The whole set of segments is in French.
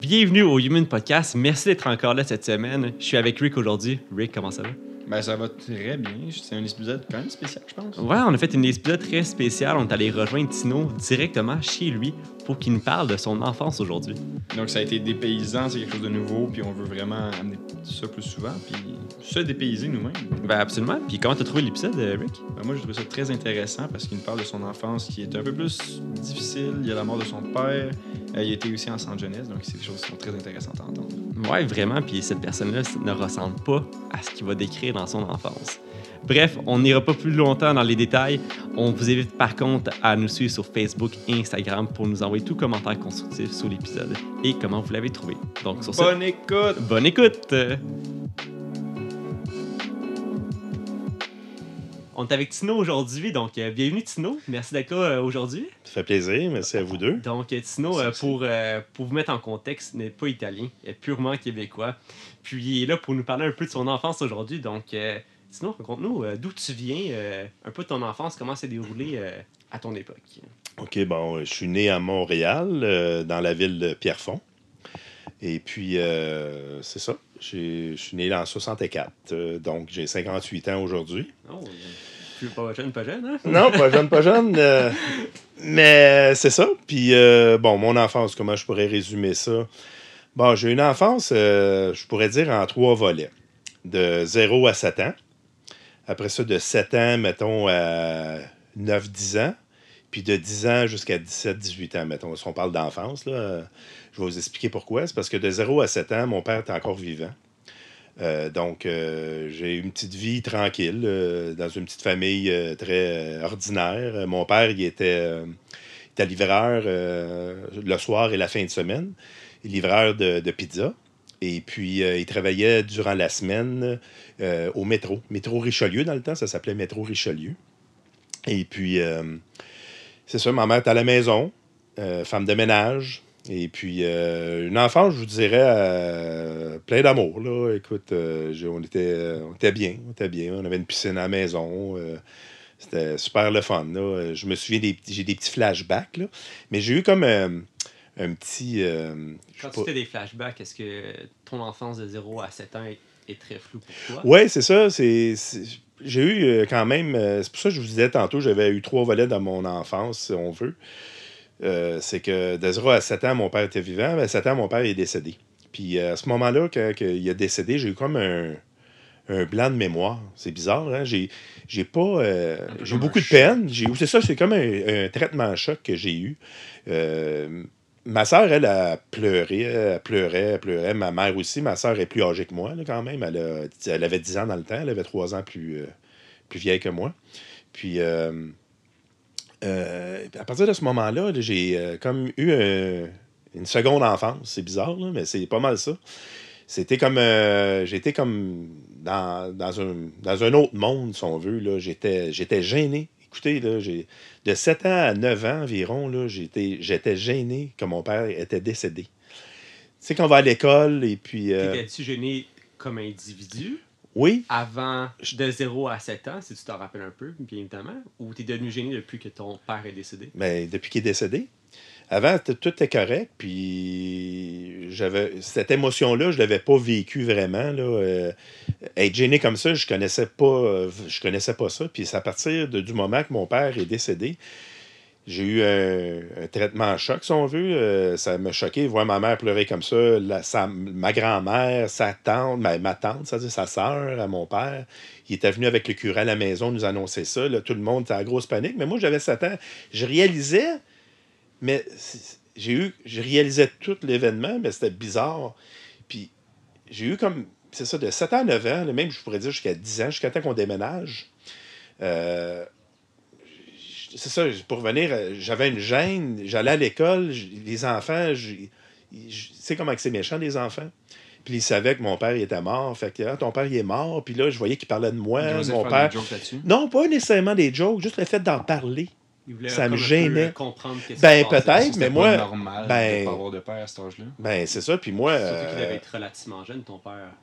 Bienvenue au Human Podcast. Merci d'être encore là cette semaine. Je suis avec Rick aujourd'hui. Rick, comment ça va? Ben, ça va très bien. C'est un épisode quand même spécial, je pense. Ouais, on a fait un épisode très spécial. On est allé rejoindre Tino directement chez lui pour qu'il nous parle de son enfance aujourd'hui. Donc, ça a été dépaysant, c'est quelque chose de nouveau, puis on veut vraiment amener ça plus souvent, puis se dépayser nous-mêmes. Ben absolument. Puis comment t'as trouvé l'épisode, Rick? Ben, moi, j'ai trouvé ça très intéressant parce qu'il nous parle de son enfance qui est un peu plus difficile. Il y a la mort de son père. Il a été aussi en centre jeunesse, donc c'est des choses qui sont très intéressantes à entendre. Ouais, vraiment. Puis cette personne-là ne ressemble pas à ce qu'il va décrire dans son enfance. Bref, on n'ira pas plus longtemps dans les détails. On vous invite par contre à nous suivre sur Facebook et Instagram pour nous envoyer tout commentaire constructif sur l'épisode et comment vous l'avez trouvé. Donc sur Bonne écoute! Bonne écoute! On est avec Tino aujourd'hui, donc bienvenue Tino. Merci d'être là aujourd'hui. Ça fait plaisir, merci à vous deux. Donc Tino, pour vous mettre en contexte, n'est pas italien, il est purement québécois. Puis il est là pour nous parler un peu de son enfance aujourd'hui. Donc Tino, raconte-nous d'où tu viens, un peu de ton enfance, comment s'est déroulé à ton époque. OK, bon, je suis né à Montréal, dans la ville de Pierrefonds. Et puis, c'est ça. Je suis né en 64, donc j'ai 58 ans aujourd'hui. Oh, pas jeune, hein? Non, pas jeune. Mais c'est ça. Puis, bon, mon enfance, comment je pourrais résumer ça? Bon, j'ai une enfance, je pourrais dire, en 3 volets. De 0 à 7 ans. Après ça, de 7 ans, mettons, à 9-10 ans. Puis de 10 ans jusqu'à 17-18 ans, mettons. Si on parle d'enfance, là, je vais vous expliquer pourquoi. C'est parce que de 0 à 7 ans, mon père était encore vivant. Donc, j'ai eu une petite vie tranquille, dans une petite famille très ordinaire. Mon père, il était livreur le soir et la fin de semaine. Livreur de pizza. Et puis, il travaillait durant la semaine au métro. Métro Richelieu, dans le temps, ça s'appelait Métro Richelieu. Et puis, c'est ça, ma mère était à la maison, femme de ménage. Et puis, une enfance, je vous dirais, plein d'amour, là. Écoute, on était bien, On avait une piscine à la maison. C'était super le fun, là. Je me souviens, j'ai des petits flashbacks, là. Mais j'ai eu comme un petit... Quand tu fais des flashbacks, est-ce que ton enfance de 0 à 7 ans est très floue pour toi? Oui, c'est ça. J'ai eu quand même... c'est pour ça que je vous disais tantôt, j'avais eu 3 volets dans mon enfance, si on veut. C'est que de 0 à 7 ans, mon père était vivant. Mais à 7 ans, mon père est décédé. Puis à ce moment-là, quand il est décédé, j'ai eu comme un blanc de mémoire. C'est bizarre, hein? J'ai pas... j'ai beaucoup de peine. C'est ça, c'est comme un traitement choc que j'ai eu. Ma sœur, elle a pleuré. Elle pleurait. Ma mère aussi. Ma sœur est plus âgée que moi, là, quand même. Elle avait 10 ans dans le temps. Elle avait 3 ans plus vieille que moi. Puis... à partir de ce moment-là, là, j'ai comme eu une seconde enfance. C'est bizarre, là, mais c'est pas mal ça. C'était comme... j'étais comme dans un autre monde, si on veut. Là. J'étais gêné. Écoutez, là, de 7 ans à 9 ans environ, là, j'étais gêné que mon père était décédé. Tu sais, qu'on va à l'école et puis... T'étais-tu gêné comme individu? Oui. Avant de 0 à 7 ans, si tu t'en rappelles un peu, bien évidemment, ou t'es devenu gêné depuis que ton père est décédé? Ben, depuis qu'il est décédé. Avant, tout était correct, puis cette émotion-là, je l'avais pas vécue vraiment. Là, être gêné comme ça, je connaissais pas ça. Puis c'est à partir du moment que mon père est décédé, j'ai eu un traitement en choc, si on veut. Ça m'a choqué, voir ma mère pleurer comme ça. Ma grand-mère, sa tante, ma tante, c'est-à-dire sa sœur à mon père, il était venu avec le curé à la maison nous annoncer ça. Là, tout le monde était à grosse panique. Mais moi, j'avais 7 ans. Je réalisais, mais je réalisais tout l'événement, mais c'était bizarre. Puis j'ai eu comme, c'est ça, de 7 ans à 9 ans, là, même je pourrais dire jusqu'à 10 ans, jusqu'à temps qu'on déménage. C'est ça, pour revenir, j'avais une gêne, j'allais à l'école, les enfants, tu sais comment c'est méchant, les enfants? Puis ils savaient que mon père il était mort, fait que ton père il est mort, puis là je voyais qu'il parlait de moi, mon père. Des jokes là-dessus? Non, pas nécessairement des jokes, juste le fait d'en parler. Ça me gênait. Comprendre qu'est-ce Ben qui se passait. peut-être, mais moi. C'est normal de pas avoir de père à cet âge-là. Ben c'est ça, puis moi. Surtout qu'il devait être relativement jeune, ton père.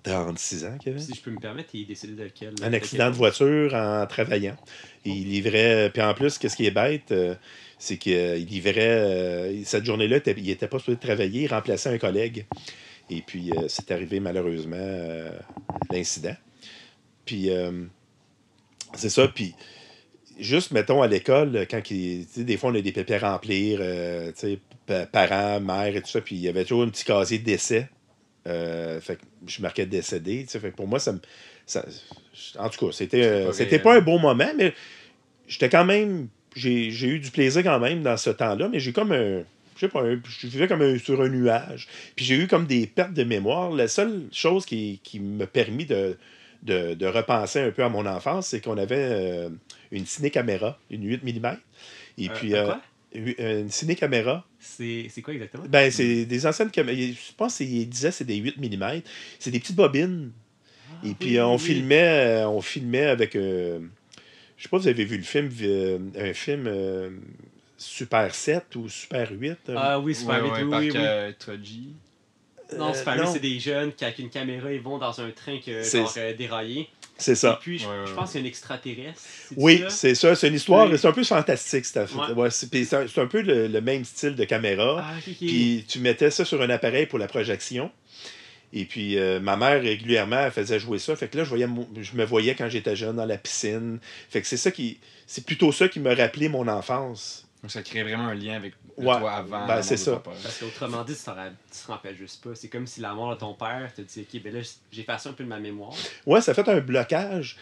36 ans, Kevin. Si je peux me permettre, il est décédé de quel... Un accident de voiture en travaillant. Il livrait. Puis en plus, qu'est-ce qui est bête, c'est qu'il livrait. Cette journée-là, il n'était pas supposé travailler, il remplaçait un collègue. Et puis, c'est arrivé malheureusement l'incident. Puis, c'est ça. Puis, juste, mettons, à l'école, quand des fois, on a des papiers à remplir, parents, mères et tout ça. Puis, il y avait toujours un petit casier de décès. Fait que je marquais décédé. Fait que pour moi, en tout cas, c'était pas un beau moment, mais j'étais quand même. J'ai eu du plaisir quand même dans ce temps-là, mais j'ai comme un. Je sais pas, je vivais comme sur un nuage. Puis j'ai eu comme des pertes de mémoire. La seule chose qui m'a permis de repenser un peu à mon enfance, c'est qu'on avait une ciné-caméra, une 8 mm. Et puis. Quoi? Une ciné-caméra. C'est quoi exactement? Ben, c'est des anciennes caméras. Je pense qu'il disait que c'est des 8 mm. C'est des petites bobines. Et puis, on filmait avec. Je sais pas, vous avez vu le film, un film Super 7 ou Super 8. Ah oui, Super 8, oui. Toji. Non, Super 8, c'est des jeunes qui, avec une caméra, ils vont dans un train déraillé. C'est ça. Et puis, je pense qu'il y a un extraterrestre. Oui, c'est ça. C'est une histoire. Oui. C'est un peu fantastique, c'est un peu le même style de caméra. Ah, ok. Puis tu mettais ça sur un appareil pour la projection. Et puis ma mère, régulièrement, elle faisait jouer ça. Fait que là, je me voyais quand j'étais jeune dans la piscine. Fait que c'est plutôt ça qui m'a rappelé mon enfance. Donc ça crée vraiment un lien avec toi avant. Ben, c'est ça. Parce qu'autrement dit, tu te rappelles juste pas. C'est comme si la mort de ton père te dit, OK, ben là, j'ai effacé un peu de ma mémoire. Ouais, ça fait un blocage.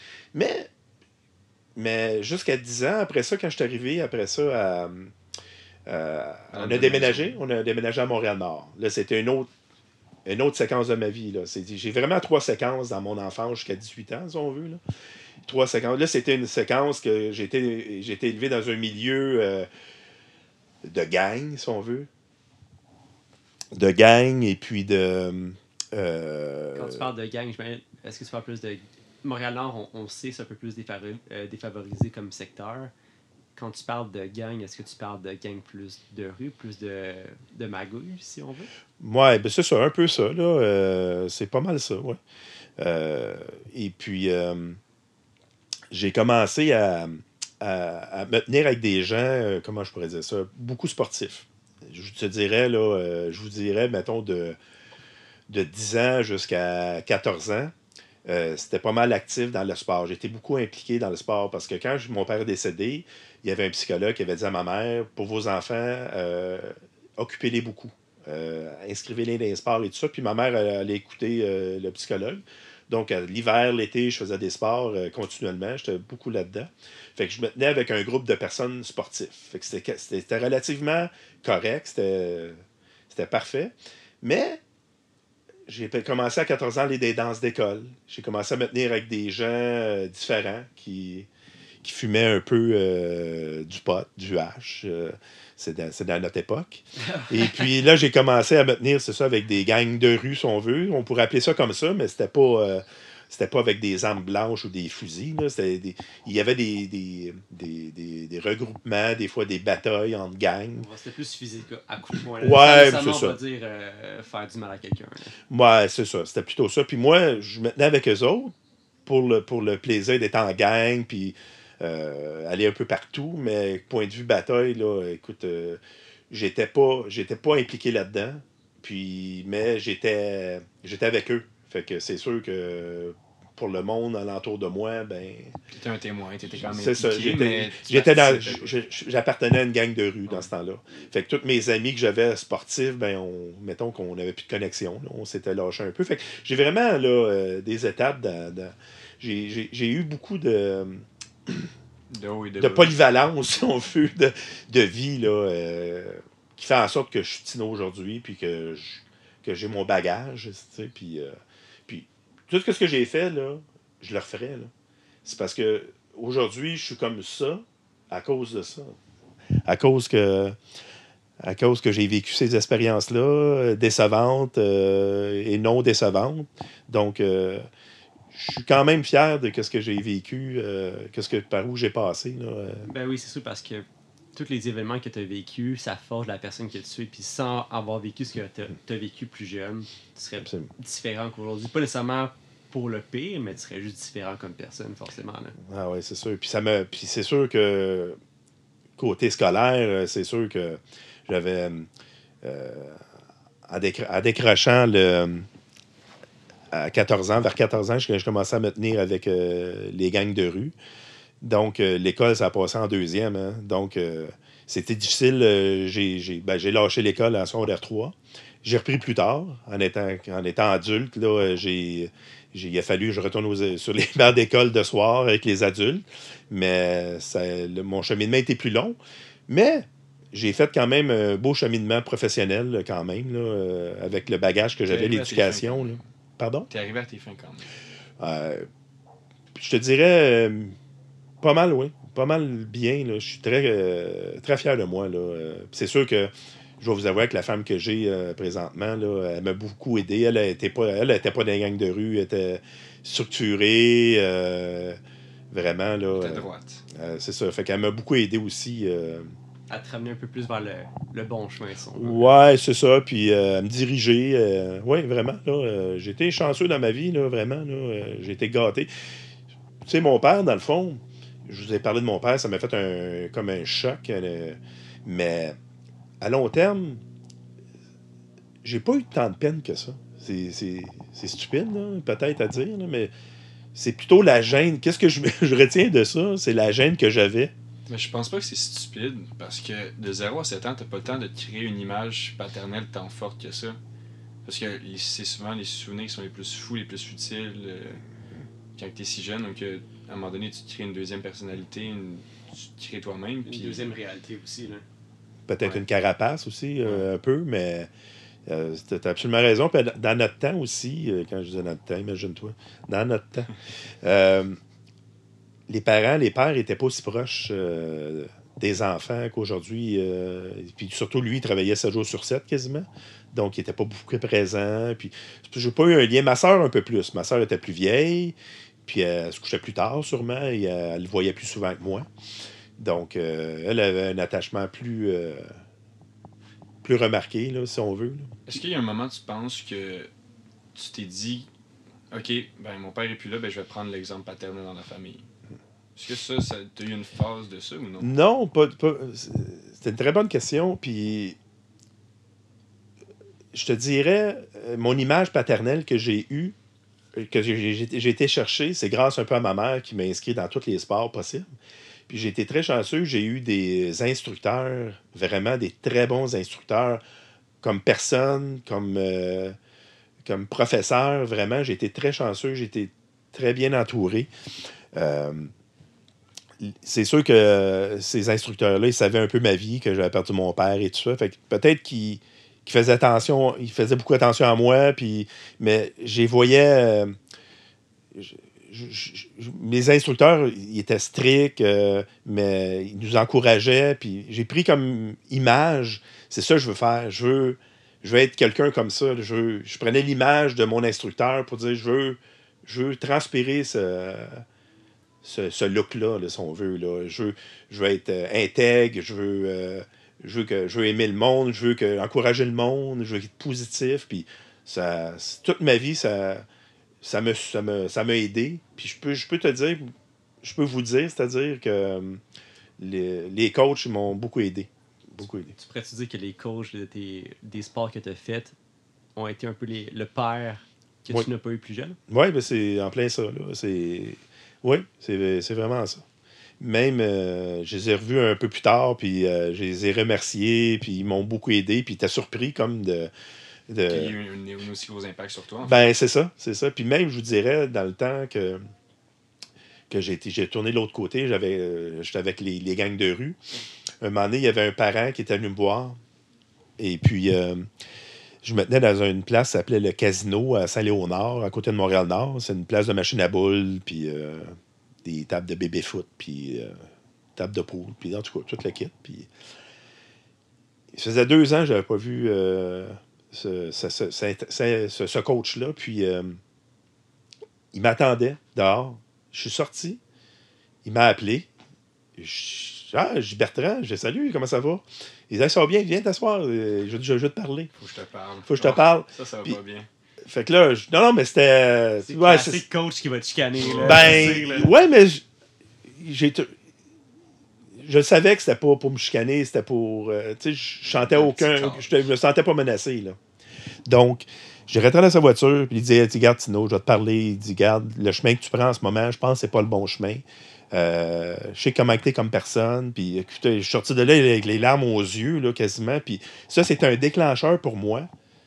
Mais jusqu'à 10 ans, après ça, quand je suis arrivé, après ça, on a déménagé à Montréal-Nord. Là, c'était une autre séquence de ma vie. Là. J'ai vraiment 3 séquences dans mon enfance jusqu'à 18 ans, si on veut. Là. 3 séquences. Là, c'était une séquence que j'ai été élevé dans un milieu de gang, si on veut. De gang et puis de... Quand tu parles de gang, est-ce que tu parles plus de... Montréal-Nord, on sait, c'est un peu plus défavorisé comme secteur. Quand tu parles de gang, est-ce que tu parles de gang plus de rue, plus de magouille, si on veut? Ouais, ben c'est ça, un peu ça. Là. C'est pas mal ça, ouais. Et puis, j'ai commencé à me tenir avec des gens, comment je pourrais dire ça, beaucoup sportifs. Je vous dirais, mettons, de 10 ans jusqu'à 14 ans, c'était pas mal actif dans le sport. J'étais beaucoup impliqué dans le sport parce que quand mon père est décédé, il y avait un psychologue qui avait dit à ma mère, pour vos enfants, occupez-les beaucoup. Inscrivez-les dans les sports et tout ça. Puis ma mère allait écouter le psychologue. Donc, l'hiver, l'été, je faisais des sports continuellement. J'étais beaucoup là-dedans. Fait que je me tenais avec un groupe de personnes sportives. Fait que c'était relativement correct. C'était parfait. Mais j'ai commencé à 14 ans à aller des danses d'école. J'ai commencé à me tenir avec des gens différents qui fumaient un peu du pot, du hash. C'est dans notre époque. Et puis là, j'ai commencé à me tenir, c'est ça, avec des gangs de rue, si on veut. On pourrait appeler ça comme ça, mais c'était pas avec des armes blanches ou des fusils. Là. Il y avait des regroupements, des fois des batailles entre gangs. C'était plus physique, à coup de poing. Ouais, ça c'est ça. On va dire faire du mal à quelqu'un. Ouais, c'est ça. C'était plutôt ça. Puis moi, je me tenais avec eux autres pour le plaisir d'être en gang, puis aller un peu partout. Mais point de vue bataille, là, écoute, j'étais pas impliqué là-dedans. Mais j'étais avec eux. Fait que c'est sûr que pour le monde alentour de moi, ben... T'étais un témoin, t'étais quand même c'est ça, mais j'appartenais à une gang de rue dans ce temps-là. Fait que tous mes amis que j'avais sportifs, ben mettons qu'on n'avait plus de connexion. Là, on s'était lâché un peu. Fait que j'ai vraiment là, des étapes j'ai eu beaucoup de polyvalence, si on veut, de vie là, qui fait en sorte que je suis Tino aujourd'hui, puis que j'ai mon bagage, tu sais, puis tout ce que j'ai fait, là, je le referais, là. C'est parce que aujourd'hui, je suis comme ça à cause de ça. À cause que j'ai vécu ces expériences-là, décevantes et non décevantes. Donc, je suis quand même fier de ce que j'ai vécu, par où j'ai passé. Là. Ben oui, c'est sûr, parce que tous les événements que tu as vécus, ça forge la personne que tu es. Puis sans avoir vécu ce que tu as vécu plus jeune, tu serais Absolument. différent qu'aujourd'hui. Pas nécessairement pour le pire, mais tu serais juste différent comme personne, forcément. Là. Ah oui, c'est sûr. Puis c'est sûr que côté scolaire, c'est sûr que j'avais en décrochant à 14 ans, vers 14 ans, je commençais à me tenir avec les gangs de rue. Donc, l'école, ça a passé en deuxième. Hein. Donc, c'était difficile. J'ai lâché l'école en secondaire 3. J'ai repris plus tard, en étant adulte. Là, il a fallu que je retourne sur les bancs d'école de soir avec les adultes. Mais mon cheminement était plus long. Mais j'ai fait quand même un beau cheminement professionnel, là, quand même, là, avec le bagage que j'avais, l'éducation. Là. Pardon? T'es arrivé à tes fins quand même. Je te dirais pas mal, oui. Pas mal bien. Là. Je suis très fier de moi. Là. C'est sûr que je vais vous avouer que la femme que j'ai présentement, là, elle m'a beaucoup aidé. Elle n'était pas dans les gangs de rue. Elle était structurée. Vraiment. Là, t'es droite. C'est ça. Fait qu'elle m'a beaucoup aidé aussi. À te ramener un peu plus vers le bon chemin. Ouais, c'est ça. Puis à me diriger. Oui, vraiment. Là, j'ai été chanceux dans ma vie. Là, vraiment. Là, j'ai été gâté. Tu sais, mon père, dans le fond, je vous ai parlé de mon père, ça m'a fait comme un choc. Mais à long terme, j'ai pas eu tant de peine que ça. C'est stupide, là, peut-être à dire, là, mais c'est plutôt la gêne. Qu'est-ce que je retiens de ça? C'est la gêne que j'avais. Mais je pense pas que c'est stupide, parce que de 0 à 7 ans, t'as pas le temps de te créer une image paternelle tant forte que ça. Parce que c'est souvent les souvenirs qui sont les plus fous, les plus futiles quand t'es si jeune. Donc, à un moment donné, tu te crées une deuxième personnalité, tu te crées toi-même. Une deuxième réalité aussi. Là. Peut-être Ouais. une carapace aussi, un peu, mais t'as absolument raison. Puis dans notre temps aussi, quand je disais notre temps, imagine-toi, dans notre temps, les pères n'étaient pas aussi proches des enfants qu'aujourd'hui. Puis surtout, lui, il travaillait 7 jours sur 7 quasiment. Donc, il n'était pas beaucoup présent. Puis, j'ai pas eu un lien. Ma soeur, un peu plus. Ma soeur était plus vieille. Puis, elle se couchait plus tard, sûrement. Et elle le voyait plus souvent que moi. Donc, elle avait un attachement plus remarqué, là, si on veut. Là. Est-ce qu'il y a un moment où tu penses que tu t'es dit, OK, ben mon père est plus là, ben je vais prendre l'exemple paternel dans la famille? Est-ce que ça t'as eu une phase de ça ou non? Non, pas. C'était une très bonne question. Puis, je te dirais, mon image paternelle que j'ai eue, que j'ai été chercher, c'est grâce un peu à ma mère qui m'a inscrit dans tous les sports possibles. Puis j'ai été très chanceux, j'ai eu des instructeurs, vraiment des très bons instructeurs, comme personne, comme professeur, vraiment. J'ai été très chanceux, j'ai été très bien entouré. C'est sûr que ces instructeurs-là, ils savaient un peu ma vie, que j'avais perdu mon père et tout ça. Fait que peut-être qu'ils faisaient attention, ils faisaient beaucoup attention à moi, mais j'y voyais. Mes instructeurs, ils étaient stricts, mais ils nous encourageaient. Puis j'ai pris comme image, c'est ça que je veux faire. Je veux être quelqu'un comme ça. Je prenais l'image de mon instructeur pour dire je veux transpirer ce look-là, là, si on veut. Là. Je veux être intègre, je veux aimer le monde, je veux encourager le monde, je veux être positif. Puis toute ma vie, ça m'a aidé. Puis je peux te dire, je peux vous dire, c'est-à-dire que les coachs m'ont beaucoup aidé. Beaucoup aidé. Tu pourrais-tu dire que les coachs des sports que tu as faits ont été un peu le père que tu n'as pas eu plus jeune? Oui, ben c'est en plein ça. Là. Oui, c'est vraiment ça. Même, je les ai revus un peu plus tard, puis je les ai remerciés, puis ils m'ont beaucoup aidé, puis t'as surpris comme de... Qu'il y a eu un aussi gros impact sur toi. En fait. Ben, c'est ça. Puis même, je vous dirais, dans le temps que j'ai tourné de l'autre côté, j'étais avec les gangs de rue. Un moment donné, il y avait un parent qui était venu me voir. Et puis, je me tenais dans une place qui s'appelait le Casino à Saint-Léonard, à côté de Montréal-Nord. C'est une place de machine à boules, puis des tables de bébé-foot, puis table de poule, puis en tout cas, toute la kit. Puis, ça faisait 2 ans que je n'avais pas vu ce coach-là. Puis, il m'attendait dehors. Je suis sorti. Il m'a appelé. Je dis Bertrand, je dis salut, comment ça va? Il dit ça va bien, viens t'asseoir, je veux te parler. Faut que je te parle. Faut que je te parle. Ça va Puis- pas bien. Fait que là, non, mais c'était. C'est Ouais, classique coach qui va te chicaner. Là, ben, ouais, mais je savais que c'était pas pour me chicaner, c'était pour. Tu sais, je chantais Un petit aucun. corps. Je me sentais pas menacé, là. Donc, j'ai rentré dans sa voiture, puis il disait regarde, Tino, je vais te parler. Il dit regarde, le chemin que tu prends en ce moment, je pense que c'est pas le bon chemin. Je sais comment t'es comme personne. Puis, écoutez, je suis sorti de là avec les larmes aux yeux, là, quasiment. Puis, ça, c'est un déclencheur pour moi.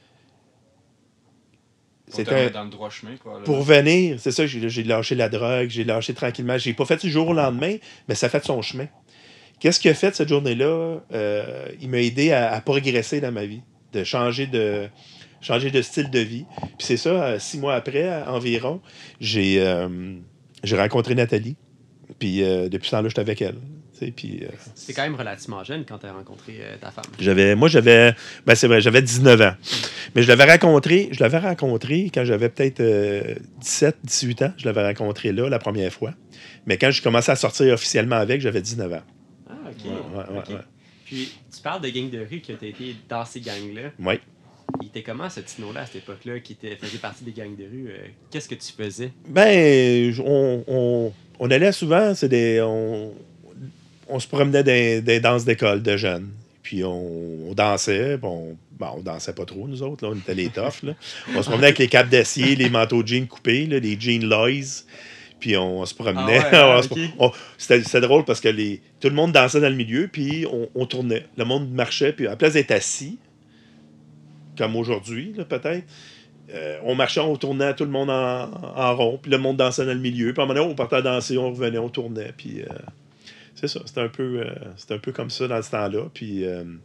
Pour te un. remettre dans le droit chemin, quoi. Pour venir, c'est ça, j'ai lâché la drogue, j'ai lâché tranquillement. J'ai pas fait du jour au lendemain, mais ça a fait son chemin. Qu'est-ce qu'il a fait cette journée-là? Il m'a aidé à progresser dans ma vie, de changer de style de vie. Puis c'est ça, 6 mois après, environ, j'ai rencontré Nathalie. Puis depuis ce temps-là, j'étais avec elle. Puis, C'était quand même relativement jeune quand tu as rencontré ta femme. c'est vrai, j'avais 19 ans. Mais je l'avais rencontré quand j'avais peut-être 17, 18 ans. Je l'avais rencontré là, la première fois. Mais quand j'ai commencé à sortir officiellement avec, j'avais 19 ans. Ah, OK. Ouais. OK. Puis, tu parles de gang de rue que tu as été dans ces gangs-là. Oui. Il était comment, ce Tino-là, à cette époque-là, qui faisait partie des gangs de rue? Qu'est-ce que tu faisais? Ben, on allait souvent, on se promenait dans des danses d'école de jeunes. Puis on dansait. Puis on dansait pas trop, nous autres. Là, on était les toughs. Là. On se promenait avec les capes d'acier, les manteaux de jeans coupés, là, les jeans Lois. Puis on se promenait. Ah ouais, C'était drôle parce que tout le monde dansait dans le milieu, puis on tournait. Le monde marchait, puis à la place d'être assis, comme aujourd'hui, là, peut-être, on marchait, on tournait tout le monde en rond, puis le monde dansait dans le milieu. Puis à un moment donné, on partait à danser, on revenait, on tournait. Puis c'est ça, c'était un peu comme ça dans ce temps-là. Puis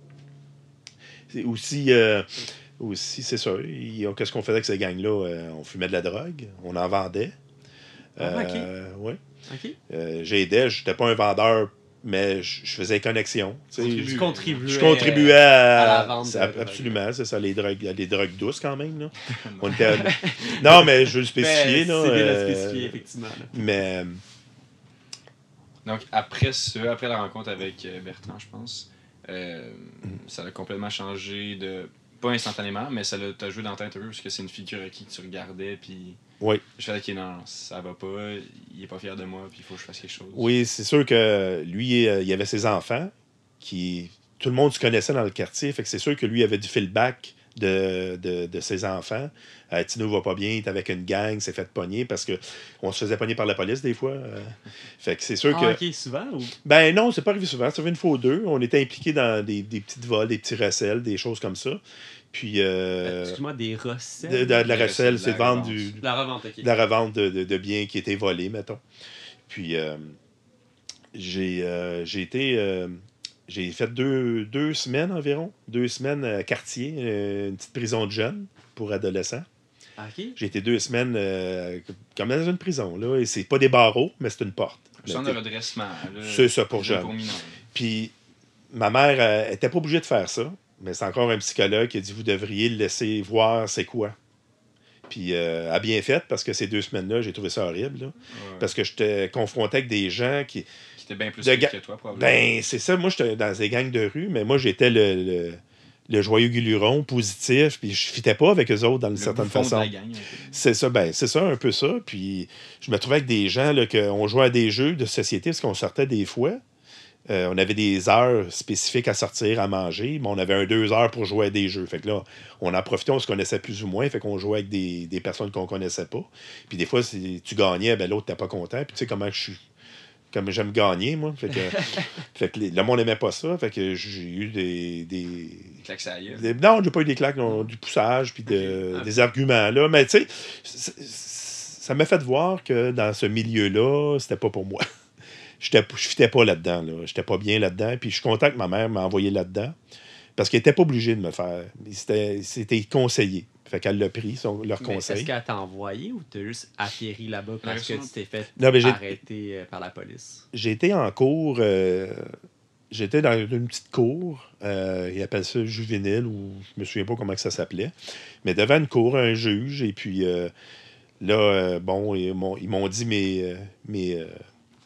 aussi, c'est ça. Qu'est-ce qu'on faisait avec ces gangs-là? On fumait de la drogue, on en vendait. OK. Oui. OK. J'aidais, je n'étais pas un vendeur, mais je faisais connexion. Je Je contribuais à la vente de absolument, c'est ça, les drogues douces quand même. Là. Non, mais je veux le spécifier. Ben, là, c'est bien de spécifier, effectivement. Là. Mais Donc, après la rencontre avec Bertrand, je pense, ça a complètement changé de. Pas instantanément, mais ça t'a joué dans ta tête un peu parce que c'est une figure à qui tu regardais, puis. oui. Je fais OK, non, ça va pas, il est pas fier de moi, puis il faut que je fasse quelque chose. Oui, c'est sûr que lui, il avait ses enfants qui. Tout le monde se connaissait dans le quartier, fait que c'est sûr que lui avait du feedback de ses enfants. Tino va pas bien, il est avec une gang, s'est fait pogner parce que on se faisait pogner par la police des fois. Fait que c'est sûr que. OK, souvent ou... Ben non, c'est pas arrivé souvent. Ça fait une fois ou deux. On était impliqués dans des petites vols, des petits recels, des choses comme ça. Puis. Excuse-moi, des recels? De la recel, c'est de vendre La revente, OK. de la revente de biens qui étaient volés, mettons. Puis j'ai fait deux semaines environ. 2 semaines à Quartier, une petite prison de jeunes pour adolescents. OK. J'ai été 2 semaines comme dans une prison. Là, et c'est pas des barreaux, mais c'est une porte. Un centre de redressement. Là, C'est ça pour jeunes. Pour mineurs. Puis ma mère elle était pas obligée de faire ça, mais c'est encore un psychologue qui a dit vous devriez le laisser voir c'est quoi. Puis elle a bien fait parce que ces 2 semaines-là, j'ai trouvé ça horrible. Là, parce que j'étais confronté avec des gens qui étaient bien plus que toi, probablement. Ben, c'est ça. Moi, j'étais dans des gangs de rue, mais moi, j'étais le joyeux guiluron positif, puis je fitais pas avec eux autres dans une certaine façon. De la gang, c'est ça, c'est ça, un peu ça. Puis je me trouvais avec des gens là, qu'on jouait à des jeux de société parce qu'on sortait des fois. On avait des heures spécifiques à sortir, à manger, mais on avait 2 heures pour jouer à des jeux. Fait que là, on en profitait, on se connaissait plus ou moins, fait qu'on jouait avec des personnes qu'on connaissait pas. Puis des fois, si tu gagnais, ben l'autre t'es pas content. Puis tu sais comment je suis. Comme j'aime gagner, moi. Fait que le monde n'aimait pas ça. Fait que j'ai eu des claques à la gueule. non, j'ai pas eu des claques, non, du poussage, puis des arguments, là. Mais tu sais, ça m'a fait voir que dans ce milieu-là, c'était pas pour moi. Je fitais pas là-dedans, là. J'étais pas bien là-dedans. Puis je suis content que ma mère m'a envoyé là-dedans. Parce qu'elle était pas obligée de me faire. C'était conseillé. Fait qu'elle l'a pris, leur conseil. Est-ce qu'elle t'a envoyé ou t'as juste atterri là-bas parce que tu t'es fait arrêter par la police? J'ai été en cours. J'étais dans une petite cour. Ils appellent ça juvénile, ou je me souviens pas comment que ça s'appelait. Mais devant une cour, un juge. Et puis là, bon, ils m'ont dit mes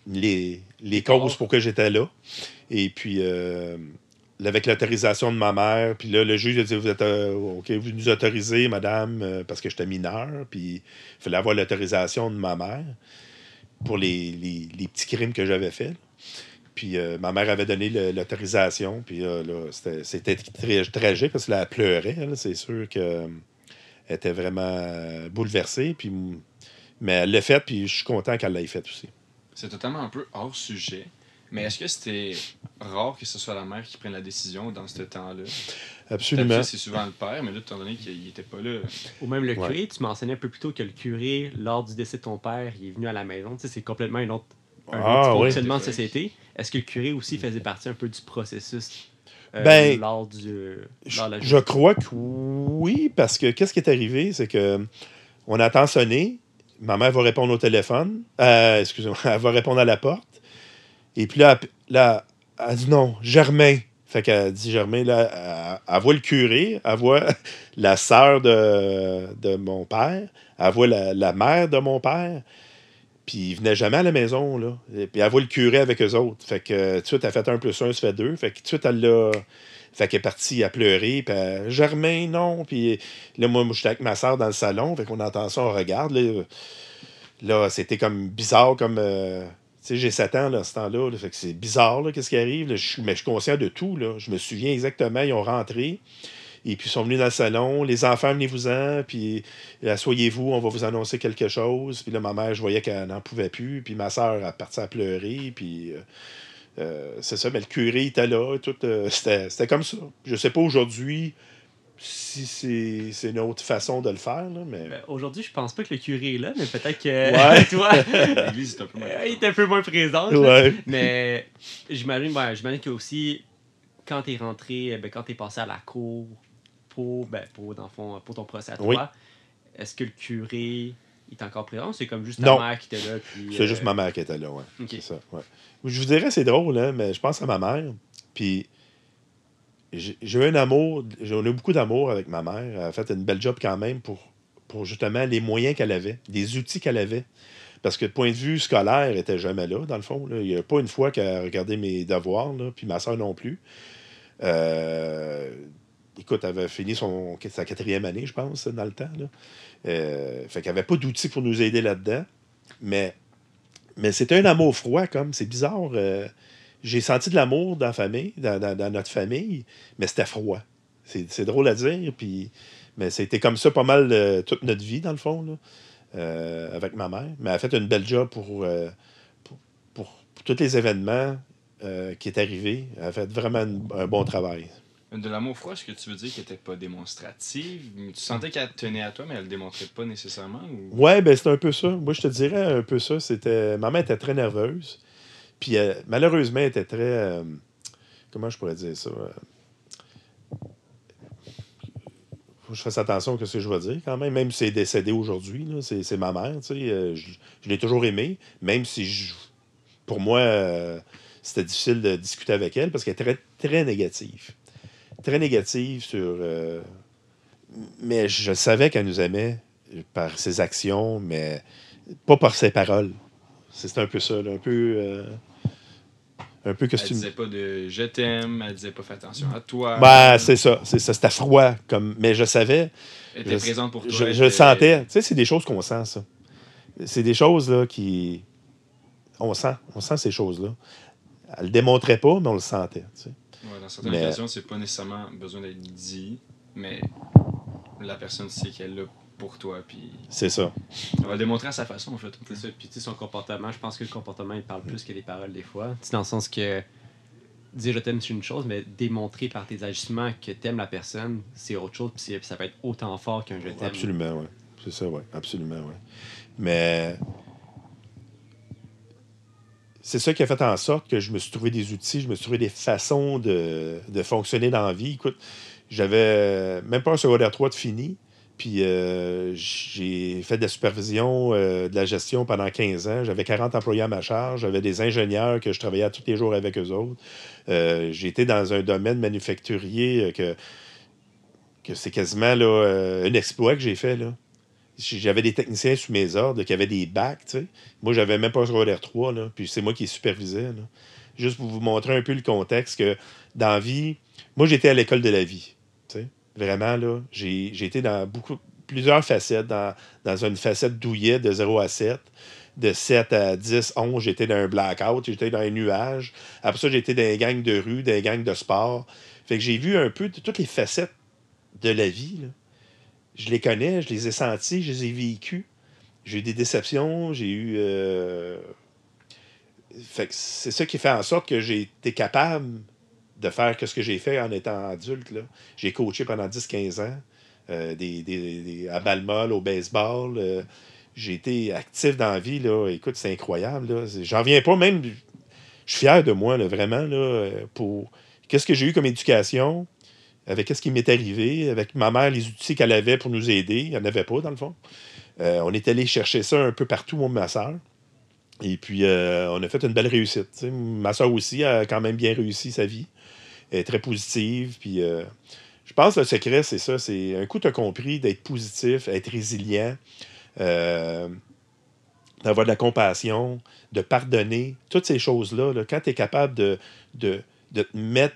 les causes pour que j'étais là. Et puis, avec l'autorisation de ma mère, puis là, le juge a dit, vous êtes, OK, vous nous autorisez, madame, parce que j'étais mineur, puis il fallait avoir l'autorisation de ma mère pour les petits crimes que j'avais faits. Puis ma mère avait donné l'autorisation, puis là, c'était très tragique, parce qu'elle pleurait, elle, c'est sûr qu'elle était vraiment bouleversée, puis, mais elle l'a fait, puis je suis content qu'elle l'ait fait aussi. C'est totalement un peu hors sujet, mais est-ce que c'était rare que ce soit la mère qui prenne la décision dans ce temps-là? Absolument. Peut-être que c'est souvent le père, mais là, étant donné qu'il n'était pas là... Ou même le curé, tu mentionnais un peu plus tôt que le curé, lors du décès de ton père, il est venu à la maison. Tu sais, c'est complètement un autre fonctionnement de société. Est-ce que le curé aussi faisait partie un peu du processus lors de la je crois que oui, parce que qu'est-ce qui est arrivé, c'est que on attend sonner, ma mère va répondre au téléphone, excusez-moi, elle va répondre à la porte, et puis là, elle dit non, Germain. Fait qu'elle dit Germain, là, elle voit le curé, elle voit la sœur de mon père, elle voit la mère de mon père, puis ils venaient jamais à la maison, là. Et puis elle voit le curé avec eux autres. Fait que tout de suite, elle fait 1 + 1, ça fait 2. Fait que tout de suite, elle l'a... Fait qu'elle est partie à pleurer, puis Germain, non. Puis là, moi, j'étais avec ma soeur dans le salon, fait qu'on entend ça, on regarde. Là c'était comme bizarre, comme... tu sais, j'ai 7 ans, là, à ce temps-là. Là, fait que c'est bizarre, là, qu'est-ce qui arrive. Là, mais je suis conscient de tout, là. Je me souviens exactement, ils ont rentré. Et puis, ils sont venus dans le salon. Les enfants, venez-vous-en. Puis, asseyez-vous, on va vous annoncer quelque chose. Puis là, ma mère, je voyais qu'elle n'en pouvait plus. Puis, ma soeur, elle partait à pleurer. Puis, c'est ça. Mais le curé était là. Tout, c'était comme ça. Je sais pas aujourd'hui si c'est une autre façon de le faire. Là, mais... aujourd'hui, je pense pas que le curé est là, mais peut-être que toi, l'église est un peu moins il est un peu moins présente. Ouais. Mais j'imagine que aussi, quand t'es rentré, quand t'es passé à la cour pour ton procès à toi, oui. Est-ce que le curé est encore présent? C'est comme juste ta non. mère qui était là? Puis, c'est juste ma mère qui était là, ouais. Okay. C'est ça, ouais. Je vous dirais, c'est drôle, hein, mais je pense à ma mère. Puis j'ai eu un amour, j'en ai eu beaucoup d'amour avec ma mère. Elle a fait une belle job quand même pour justement les moyens qu'elle avait, les outils qu'elle avait. Parce que, point de vue scolaire, elle n'était jamais là, dans le fond. Là. Il n'y a pas une fois qu'elle a regardé mes devoirs, là, puis ma soeur non plus. Écoute, elle avait fini sa 4e année, je pense, dans le temps. Là. Fait qu'elle n'avait pas d'outils pour nous aider là-dedans. Mais c'était un amour froid, comme. C'est bizarre. J'ai senti de l'amour dans la famille, dans notre famille, mais c'était froid. C'est drôle à dire, mais c'était comme ça pas mal toute notre vie, dans le fond, là, avec ma mère. Mais elle a fait une belle job pour tous les événements qui est arrivé. Elle a fait vraiment un bon travail. De l'amour froid, est-ce que tu veux dire qu'elle n'était pas démonstrative? Tu sentais qu'elle tenait à toi, mais elle ne le démontrait pas nécessairement? Ou... Ouais, ben c'est un peu ça. Moi, je te dirais un peu ça. Ma mère était très nerveuse. Puis malheureusement, elle était très... comment je pourrais dire ça? Faut que je fasse attention à ce que je vais dire quand même. Même si elle est décédée aujourd'hui, là, c'est ma mère. Tu sais, je l'ai toujours aimée. Même si, pour moi, c'était difficile de discuter avec elle parce qu'elle est très, très négative. Très négative sur... mais je savais qu'elle nous aimait par ses actions, mais pas par ses paroles. C'est un peu ça, là, un peu costume. Elle disait pas de « je t'aime », elle disait pas « fais attention à toi ». Ben, c'est ça, c'était froid. Mais je savais... Elle était présente pour toi. Je le sentais. Tu sais, c'est des choses qu'on sent, ça. C'est des choses, là, qui... On sent ces choses-là. Elle le démontrait pas, mais on le sentait, tu sais. Ouais, dans certaines occasions, c'est pas nécessairement besoin d'être dit, mais la personne sait qu'elle est là pour toi, puis... C'est ça. On va le démontrer à sa façon, en fait. C'est ça. Puis, tu sais, son comportement, je pense que le comportement, il parle plus que les paroles, des fois. Tu sais, dans le sens que dire je t'aime, c'est une chose, mais démontrer par tes agissements que t'aimes la personne, c'est autre chose, puis ça peut être autant fort qu'un je t'aime. Absolument, oui. C'est ça, oui. Absolument, oui. Mais... c'est ça qui a fait en sorte que je me suis trouvé des outils, je me suis trouvé des façons de fonctionner dans la vie. Écoute, j'avais même pas un secondaire 3 de fini, puis j'ai fait de la supervision, de la gestion pendant 15 ans. J'avais 40 employés à ma charge, j'avais des ingénieurs que je travaillais tous les jours avec eux autres. J'ai été dans un domaine manufacturier que c'est quasiment là, un exploit que j'ai fait, là. J'avais des techniciens sous mes ordres qui avaient des bacs, tu sais. Moi, j'avais même pas un secondaire 3, là, puis c'est moi qui les supervisais, là. Juste pour vous montrer un peu le contexte que dans la vie, moi, j'étais à l'école de la vie, tu sais. Vraiment, là, j'ai été dans plusieurs facettes. Dans une facette douillet de 0 à 7. De 7 à 10, 11, j'étais dans un blackout, j'étais dans un nuage. Après ça, j'étais dans des gangs de rue, dans des gangs de sport. Fait que j'ai vu un peu toutes les facettes de la vie, là. Je les connais, je les ai sentis, je les ai vécus. J'ai eu des déceptions, j'ai eu... Fait que c'est ça qui fait en sorte que j'ai été capable de faire ce que j'ai fait en étant adulte, là. J'ai coaché pendant 10-15 ans, à balle molle, au baseball. J'ai été actif dans la vie, là. Écoute, c'est incroyable, là. J'en viens pas, même... Je suis fier de moi, là, vraiment, là, pour... Qu'est-ce que j'ai eu comme éducation, avec ce qui m'est arrivé, avec ma mère, les outils qu'elle avait pour nous aider. Il n'y en avait pas, dans le fond. On est allé chercher ça un peu partout, moi et ma soeur. Et puis, on a fait une belle réussite. T'sais. Ma soeur aussi a quand même bien réussi sa vie. Elle est très positive. Puis, je pense que le secret, c'est ça. C'est un coup, tu as compris d'être positif, être résilient, d'avoir de la compassion, de pardonner. Toutes ces choses-là, là, quand tu es capable de te mettre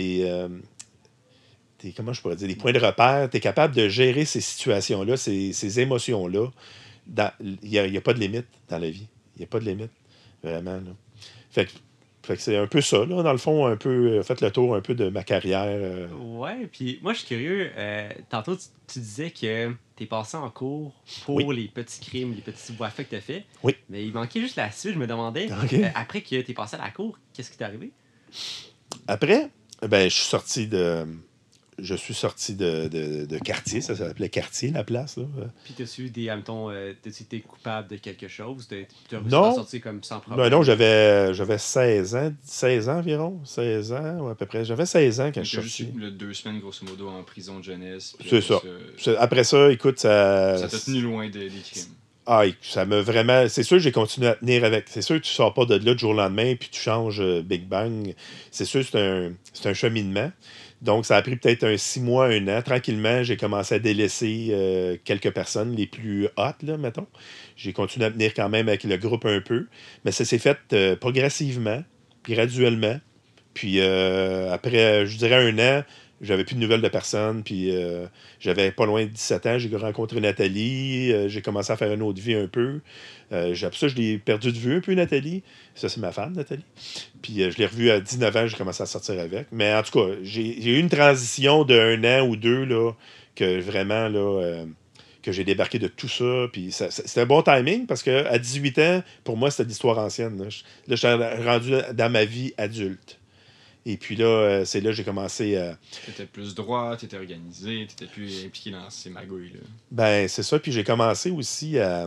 comment je pourrais dire, des points de repère, tu es capable de gérer ces situations-là, ces émotions-là. Il n'y a pas de limite dans la vie. Il n'y a pas de limite, vraiment. Là. Fait que c'est un peu ça, là, dans le fond, un peu, fait le tour un peu de ma carrière. Ouais, puis moi, je suis curieux. Tantôt, tu disais que tu es passé en cours pour Oui. les petits crimes, les petits voies-faits que tu as fait. Oui. Mais il manquait juste la suite. Je me demandais, OK. après que tu es passé à la cour, qu'est-ce qui t'est arrivé? Après, ben, je suis sorti de Cartier, ça s'appelait Cartier, la place. Là. Puis t'as-tu t'as-tu été coupable de quelque chose? T'as réussi Non. à sortir comme sans problème? Ben non, j'avais 16 ans environ. 16 ans, ou à peu près. J'avais 16 ans quand je suis juste sorti. eu 2 semaines, grosso modo, en prison de jeunesse. C'est ça. Après ça, écoute, ça t'a tenu loin des crimes. Ah, ça m'a vraiment... C'est sûr que j'ai continué à tenir avec... C'est sûr que tu sors pas de là du jour au lendemain puis tu changes Big Bang. C'est sûr que c'est un cheminement. Donc, ça a pris peut-être 6 mois, 1 an. Tranquillement, j'ai commencé à délaisser quelques personnes, les plus hot, là, mettons. J'ai continué à tenir quand même avec le groupe un peu. Mais ça s'est fait progressivement, graduellement. Puis après, je dirais 1 an, j'avais plus de nouvelles de personne. Puis j'avais pas loin de 17 ans. J'ai rencontré Nathalie. J'ai commencé à faire une autre vie un peu. Après ça, je l'ai perdu de vue un peu, Nathalie. Ça, c'est ma femme, Nathalie. Puis je l'ai revue à 19 ans. J'ai commencé à sortir avec. Mais en tout cas, j'ai eu une transition d'1 an ou 2 là, que vraiment, là, que j'ai débarqué de tout ça. Puis c'était un bon timing parce qu'à 18 ans, pour moi, c'était de l'histoire ancienne. Là, je suis rendu dans ma vie adulte. Et puis là, c'est là que j'ai commencé à... T'étais plus droit, t'étais organisé, t'étais plus impliqué dans ces magouilles-là. Ben, c'est ça. Puis j'ai commencé aussi à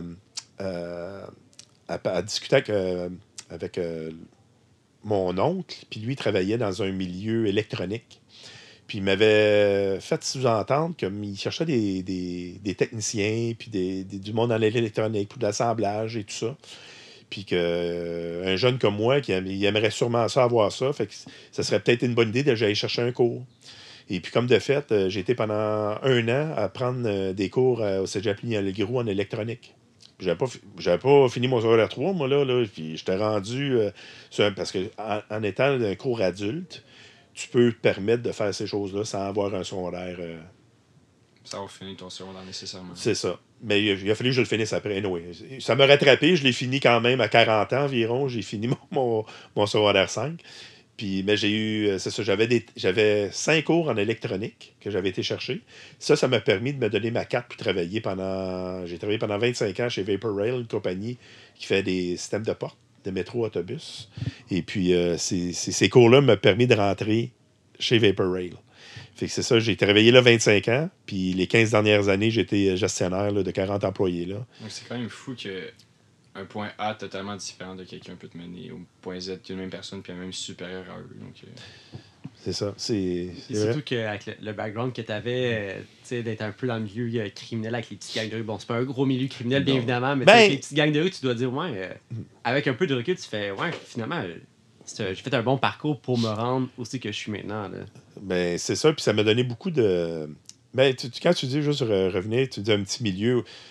discuter avec mon oncle. Puis lui, il travaillait dans un milieu électronique. Puis il m'avait fait sous-entendre qu'il cherchait des techniciens, puis du monde dans l'électronique, pour de l'assemblage et tout ça. Puis qu'un jeune comme moi, il aimerait sûrement ça, avoir ça. Fait que ça serait peut-être une bonne idée que j'aille chercher un cours. Et puis, comme de fait, j'ai été pendant 1 an à prendre des cours au Cégep Lignon-Legros en électronique. J'avais pas fini mon secondaire 3, moi, là. Puis, j'étais rendu... parce qu'en étant un cours adulte, tu peux te permettre de faire ces choses-là sans avoir un secondaire... Ça va finir ton secondaire nécessairement. C'est ça. Mais il a fallu que je le finisse après. Anyway. Ça m'a rattrapé. Je l'ai fini quand même à 40 ans environ. J'ai fini mon secondaire 5. Puis, mais j'ai eu... C'est ça. J'avais 5 cours en électronique que j'avais été chercher. Ça m'a permis de me donner ma carte pour travailler J'ai travaillé pendant 25 ans chez Vapor Rail, une compagnie qui fait des systèmes de porte, de métro, autobus. Et puis, ces cours-là m'ont permis de rentrer chez Vapor Rail. Fait que c'est ça, j'ai travaillé là 25 ans, puis les 15 dernières années, j'étais gestionnaire là, de 40 employés. Là. Donc c'est quand même fou qu'un point A totalement différent de quelqu'un peut te mener au point Z, qui est la même personne, puis même supérieur à eux. Donc, c'est ça, c'est surtout qu'avec le background que tu avais, d'être un peu dans le milieu criminel avec les petites gangs de rue. Bon, c'est pas un gros milieu criminel, bien évidemment, mais avec les petites gangs de rue, tu dois dire, avec un peu de recul, tu fais, finalement... J'ai fait un bon parcours pour me rendre aussi que je suis maintenant. Là. Ben, c'est ça, puis ça m'a donné beaucoup de... Ben, quand tu dis juste revenir, tu dis un petit milieu,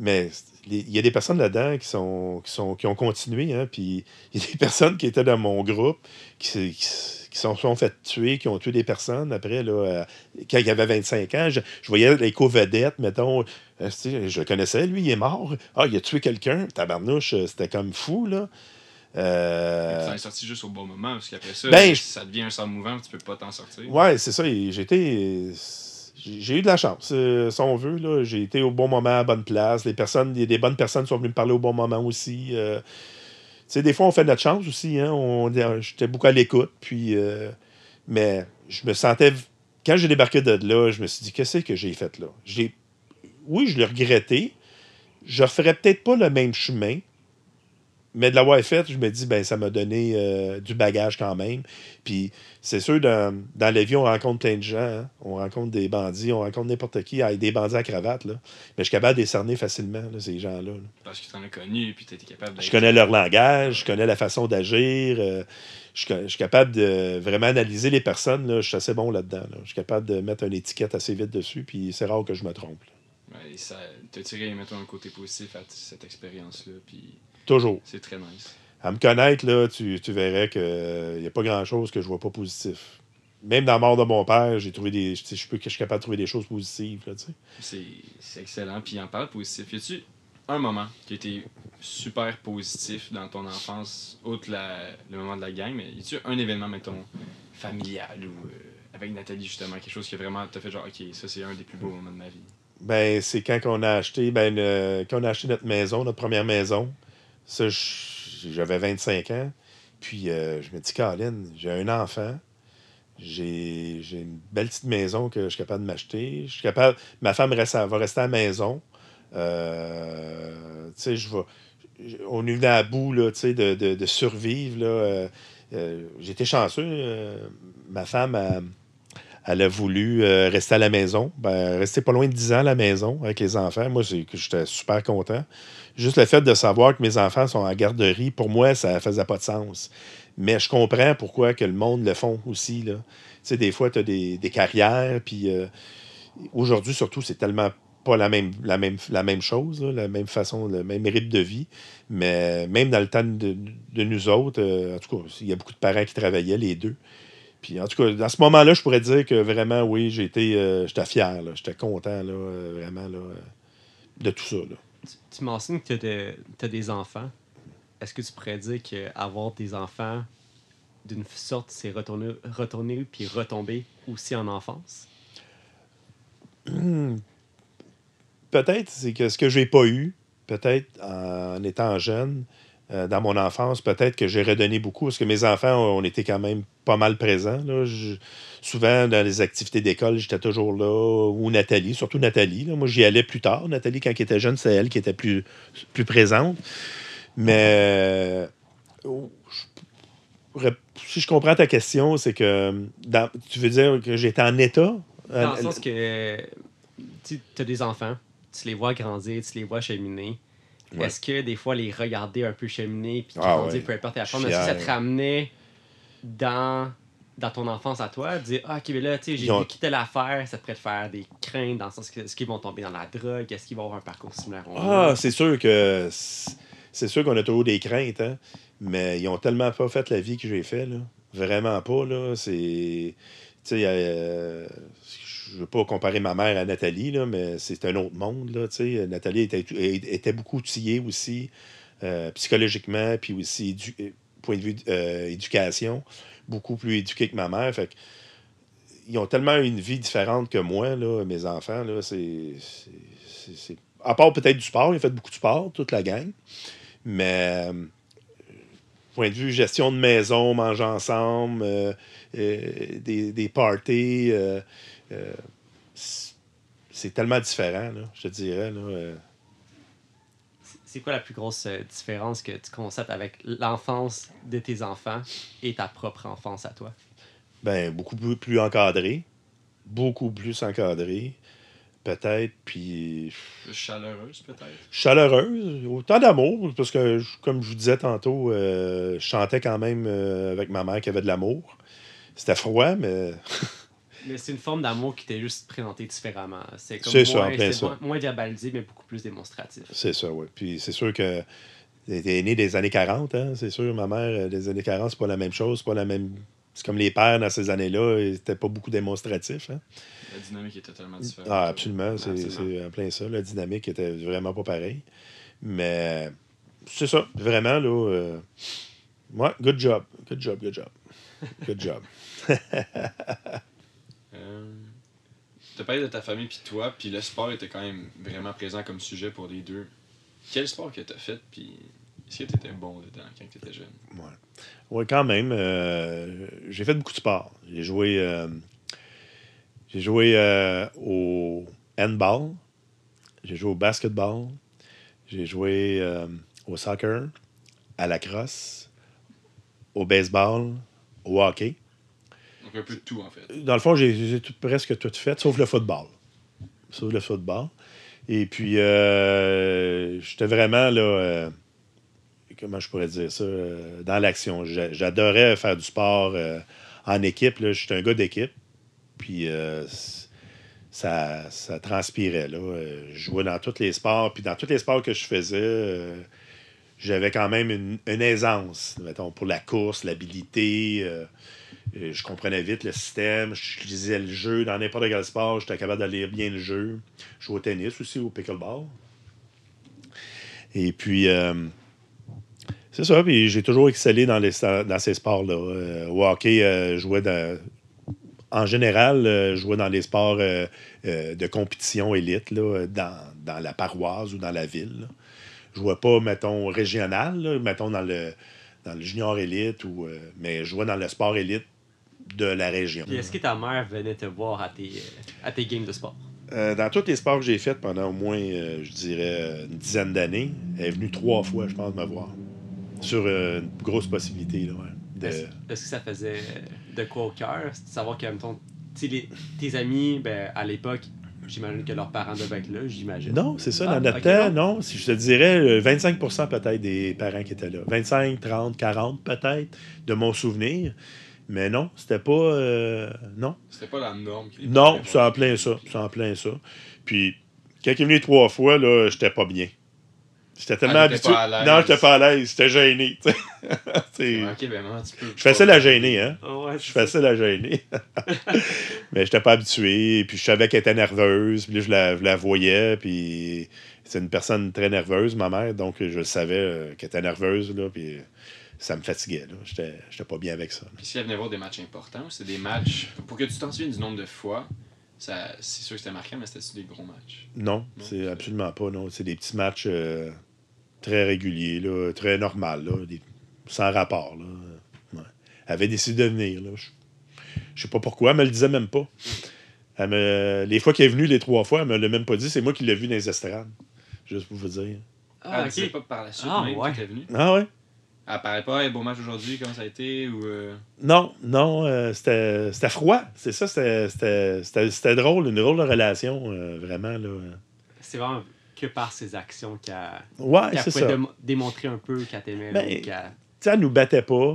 Mais il y a des personnes là-dedans qui ont continué. Hein, puis il y a des personnes qui étaient dans mon groupe qui sont fait tuer, qui ont tué des personnes après, là, quand il avait 25 ans. Je voyais les co-vedettes, mettons. Je le connaissais, lui, il est mort. Ah, il a tué quelqu'un. Tabarnouche, c'était comme fou, là. Ça est sorti juste au bon moment, parce qu'après ça, ça devient un sang mouvant, tu peux pas t'en sortir. Ouais, c'est ça. J'ai eu de la chance, si on veut. Là. J'ai été au bon moment, à la bonne place. Des bonnes personnes sont venues me parler au bon moment aussi. Tu sais, des fois, on fait notre chance aussi. Hein. J'étais beaucoup à l'écoute. Puis, mais je me sentais... Quand j'ai débarqué de là, je me suis dit, qu'est-ce que j'ai fait là? Oui, je l'ai regretté. Je referais peut-être pas le même chemin. Mais de l'avoir fait, je me dis, ben ça m'a donné du bagage quand même. Puis c'est sûr, dans la vie, on rencontre plein de gens. Hein. On rencontre des bandits, on rencontre n'importe qui. Des bandits à cravate. Là. Mais je suis capable de les cerner facilement, là, ces gens-là. Là. Parce que tu en as connu, puis tu étais capable de... Je connais leur langage, je connais la façon d'agir. Je suis capable de vraiment analyser les personnes. Là. Je suis assez bon là-dedans. Là. Je suis capable de mettre une étiquette assez vite dessus. Puis c'est rare que je me trompe. Ouais, ça t'a tiré, mettons, un côté positif à cette expérience-là. Puis... Toujours. C'est très nice. À me connaître, là, tu verrais qu'il n'y a pas grand-chose que je vois pas positif. Même dans la mort de mon père, j'ai trouvé je suis capable de trouver des choses positives. Là, c'est excellent. Puis en parle positif. Y a-tu un moment qui a été super positif dans ton enfance, outre le moment de la gang, mais y a-tu un événement, mettons, familial ou avec Nathalie, justement, quelque chose qui a vraiment t'a fait genre, OK, ça, c'est un des plus beaux moments de ma vie? Ben, c'est quand on a acheté notre maison, notre première maison. Ça, j'avais 25 ans. Puis je me dis, Caroline, j'ai un enfant. J'ai une belle petite maison que je suis capable de m'acheter. Je suis capable. Ma femme va rester à la maison. Tu sais, on est venu à bout là, de survivre. Là. J'étais chanceux. Ma femme elle a voulu rester à la maison. Rester pas loin de 10 ans à la maison avec les enfants. Moi, j'étais super content. Juste le fait de savoir que mes enfants sont en garderie, pour moi, ça faisait pas de sens. Mais je comprends pourquoi que le monde le font aussi. Là. Tu sais, des fois, tu as des carrières, puis aujourd'hui, surtout, c'est tellement pas la même chose, là, la même façon, le même rythme de vie. Mais même dans le temps de nous autres, en tout cas, il y a beaucoup de parents qui travaillaient, les deux. Puis en tout cas, dans ce moment-là, je pourrais dire que vraiment, oui, j'étais fier, là, j'étais content, là, vraiment, là, de tout ça. Là. Tu mentionnes que tu as des enfants. Est-ce que tu pourrais dire qu'avoir des enfants, d'une sorte, c'est retourner puis retomber aussi en enfance? Peut-être, c'est que ce que j'ai pas eu, peut-être en étant jeune, dans mon enfance, peut-être que j'ai redonné beaucoup, parce que mes enfants, on était quand même pas mal présents. Là. Souvent, dans les activités d'école, j'étais toujours là, ou Nathalie, surtout Nathalie. Là. Moi, j'y allais plus tard. Nathalie, quand elle était jeune, c'est elle qui était plus présente. Mais si je comprends ta question, c'est que tu veux dire que j'étais en état? Dans le sens que tu as des enfants, tu les vois grandir, tu les vois cheminer. Ouais. Est-ce que des fois, les regarder un peu cheminer puis grandir, peu importe la forme, est-ce que ça te ramenait dans ton enfance à toi? De dire, OK, mais là, tu sais, j'ai vu quitter l'affaire, ça te pourrait te faire des craintes dans le sens que est-ce qu'ils vont tomber dans la drogue? Est-ce qu'ils vont avoir un parcours similaire? C'est sûr que c'est sûr qu'on a toujours des craintes, hein? Mais ils ont tellement pas fait la vie que j'ai fait, là. Vraiment pas, là. C'est... Tu sais, je veux pas comparer ma mère à Nathalie, là, mais c'est un autre monde, là, tu sais. Nathalie était beaucoup outillée aussi, psychologiquement, puis aussi, point de vue éducation, beaucoup plus éduquée que ma mère. Fait que, ils ont tellement une vie différente que moi, là, mes enfants, là, c'est... À part peut-être du sport, ils ont fait beaucoup de sport, toute la gang. Mais, point de vue gestion de maison, manger ensemble, des parties, c'est tellement différent, là, je te dirais. Là, C'est quoi la plus grosse différence que tu constates avec l'enfance de tes enfants et ta propre enfance à toi? Ben, beaucoup plus encadré. Beaucoup plus encadré. Peut-être, puis... Chaleureuse, peut-être? Chaleureuse, autant d'amour, parce que, comme je vous disais tantôt, je chantais quand même avec ma mère qui avait de l'amour. C'était froid, mais Mais c'est une forme d'amour qui t'est juste présentée différemment. C'est comme C'est ça, en moins, plein c'est ça. moins verbalisé, mais beaucoup plus démonstratif. C'est ça, oui. Puis c'est sûr que t'es né des années 40, hein? C'est sûr, ma mère, des années 40, c'est pas la même chose, c'est pas la même. C'est comme les pères dans ces années-là, c'était pas beaucoup démonstratif. Hein? La dynamique est totalement différente. Ah, absolument. C'est Absolument. en plein ça. La dynamique était vraiment pas pareille. Mais c'est ça, vraiment, là. Ouais, good job. Good job, good job. Good job. T'as parlé de ta famille puis toi, puis le sport était quand même vraiment présent comme sujet pour les deux. Quel sport que t'as fait, puis est-ce que t'étais bon dedans quand t'étais jeune? Ouais. Oui, quand même. J'ai fait beaucoup de sport. J'ai joué au handball. J'ai joué au basketball. J'ai joué au soccer, à la crosse, au baseball, au hockey. Donc un peu de tout, en fait. Dans le fond, j'ai presque tout fait, sauf le football. Sauf le football. Et puis, j'étais vraiment, là, comment je pourrais dire ça, dans l'action. J'adorais faire du sport en équipe. J'étais un gars d'équipe. Puis, ça transpirait, là. Je jouais dans tous les sports. Puis, dans tous les sports que je faisais, j'avais quand même une aisance, mettons, pour la course, l'habilité. Je comprenais vite le système. Je lisais le jeu. Dans n'importe quel sport, j'étais capable de lire bien le jeu. Je jouais au tennis aussi, au pickleball. Et puis, c'est ça. Puis j'ai toujours excellé dans ces sports-là. Au hockey, je jouais en général, je jouais dans les sports de compétition élite, là, dans la paroisse ou dans la ville. Là. Je jouais pas, mettons, régional, là, mettons, dans le junior élite, mais je jouais dans le sport élite de la région. Puis est-ce que ta mère venait te voir à tes games de sport? Dans tous les sports que j'ai faits pendant au moins, je dirais, une dizaine d'années, elle est venue 3 fois, je pense, me voir. Sur une grosse possibilité, là, ouais. Est-ce que ça faisait de quoi au cœur? C'est de savoir que, mettons, tes amis, ben, à l'époque, j'imagine que leurs parents devaient être là, j'imagine. Non, c'est ça, Ah, dans notre ok, temps, non. non. Si je te dirais, 25% peut-être des parents qui étaient là. 25, 30, 40 peut-être, de mon souvenir. Mais non, c'était pas... non. C'était pas la norme. Non, c'est en plein ça. C'est en plein ça. Puis, quand il est venu 3 fois, là, j'étais pas bien. J'étais tellement habitué. Non, j'étais pas à l'aise. J'étais gêné. C'est... Ok, ben maintenant tu peux. Je fais ça la gêner, hein. Ah ouais, Je fais ça la gêner. Mais j'étais pas habitué. Puis je savais qu'elle était nerveuse. Puis là, je la voyais. Puis c'est une personne très nerveuse, ma mère. Donc je savais qu'elle était nerveuse. Là, puis ça me fatiguait. Là. J'étais pas bien avec ça. Puis si elle venait voir des matchs importants, c'est des matchs. Pour que tu t'en souviennes du nombre de fois, c'est sûr que c'était marquant, mais c'était-tu des gros matchs? Non, c'est absolument pas. Non. C'est des petits matchs très réguliers, là, très normaux, là, sans rapport. Là. Ouais. Elle avait décidé de venir. Là. Je sais pas pourquoi, elle me le disait même pas. Les fois qu'elle est venue, les 3 fois, elle me l'a même pas dit. C'est moi qui l'ai vu dans les estrades. Juste pour vous dire. Ah, ok. Pas par la suite, Ah, même, ouais. quand t'es venu. Ah ouais? Elle paraît pas, hey, beau match aujourd'hui, comment ça a été, ou... Non, c'était froid. C'est ça, c'était drôle, une drôle de relation, vraiment. Là. C'est vraiment que par ses actions Ouais, qu'elle c'est pouvait ça. démontrer un peu qu'elle t'aimait. Ben, Qu'elle... Tu sais, elle nous battait pas.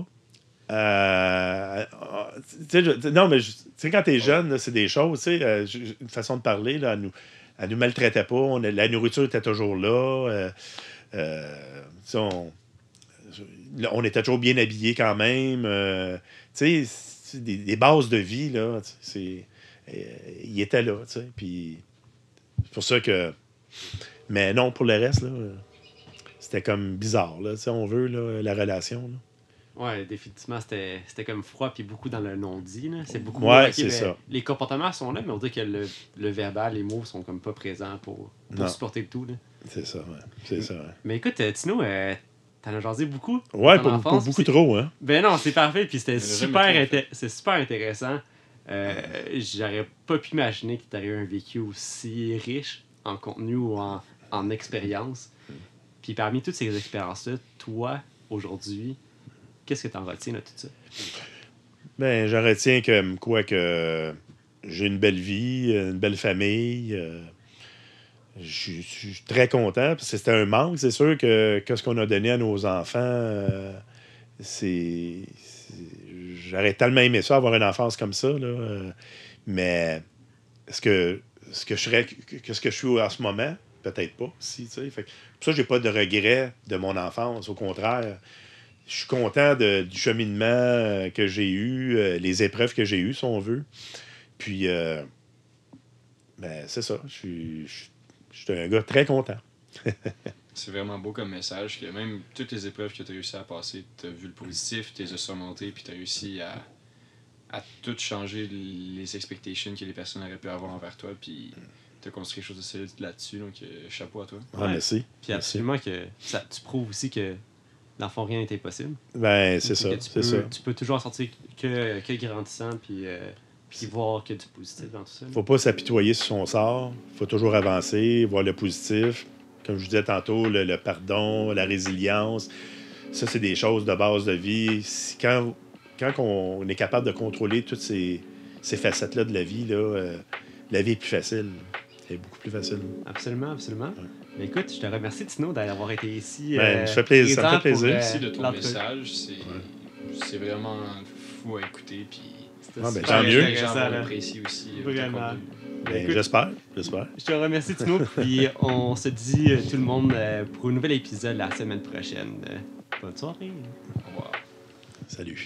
Non, mais tu sais, quand t'es jeune, là, c'est des choses, tu sais, une façon de parler, là, elle nous maltraitait pas. La nourriture était toujours là. Tu sais, on était toujours bien habillés quand même. Tu sais, c'est des bases de vie, là. Il était là, tu sais. Puis c'est pour ça que... Mais non, pour le reste, là, c'était comme bizarre, là, tu sais, on veut, là, la relation, là. Ouais, définitivement, c'était comme froid puis beaucoup dans le non-dit. Là. C'est beaucoup Ouais, ok, c'est ben, ça. Les comportements sont là, mais on dit que le verbal, les mots sont comme pas présents pour Non. supporter le tout. Là. C'est ça, ouais. C'est ça, ouais. Mais écoute, Tino, t'en as jasé beaucoup. Ouais, dans ton pour enfance, beaucoup puis trop, hein. Ben non, c'est parfait, puis c'était jamais trop, c'est super intéressant. J'aurais pas pu imaginer que tu aurais eu un vécu aussi riche en contenu ou en expérience. Puis parmi toutes ces expériences-là, toi, aujourd'hui, qu'est-ce que tu en retiens de tout ça? Ben, j'en retiens que j'ai une belle vie, une belle famille. Je suis très content, parce que c'était un manque. C'est sûr que ce qu'on a donné à nos enfants, j'aurais tellement aimé ça, avoir une enfance comme ça. Là, Mais ce que je serais, ce que je suis en ce moment, peut-être pas aussi, tu sais. Fait que pour ça, j'ai pas de regret de mon enfance. Au contraire, je suis content du cheminement que j'ai eu, les épreuves que j'ai eues, si on veut. Puis, ben, c'est ça. Je suis un gars très content. C'est vraiment beau comme message que même toutes les épreuves que tu as réussi à passer, tu as vu le positif, tu les as surmontées, puis tu as réussi à tout changer les expectations que les personnes auraient pu avoir envers toi, puis tu as construit quelque chose de solide là-dessus. Donc, chapeau à toi. Ah, merci. Puis absolument que tu prouves aussi que dans le fond, rien n'est impossible. Ben, c'est ça. Tu peux toujours en sortir que grandissant, puis voir que du positif dans tout ça. Faut pas s'apitoyer sur son sort. Faut toujours avancer, voir le positif. Comme je vous disais tantôt, le pardon, la résilience. Ça, c'est des choses de base de vie. Quand on est capable de contrôler toutes ces facettes-là de la vie, la vie est plus facile. C'est beaucoup plus facile. Absolument, absolument. Ouais. Mais écoute, je te remercie, Tino, d'avoir été ici. Ça me fait plaisir. Merci de ton message. C'est vraiment fou à écouter. Puis tant mieux. Les gens vont l'apprécier aussi. Vraiment. Ben, j'espère. Je te remercie, Tino. Puis on se dit, tout le monde, pour un nouvel épisode la semaine prochaine. Bonne soirée. Au revoir. Salut.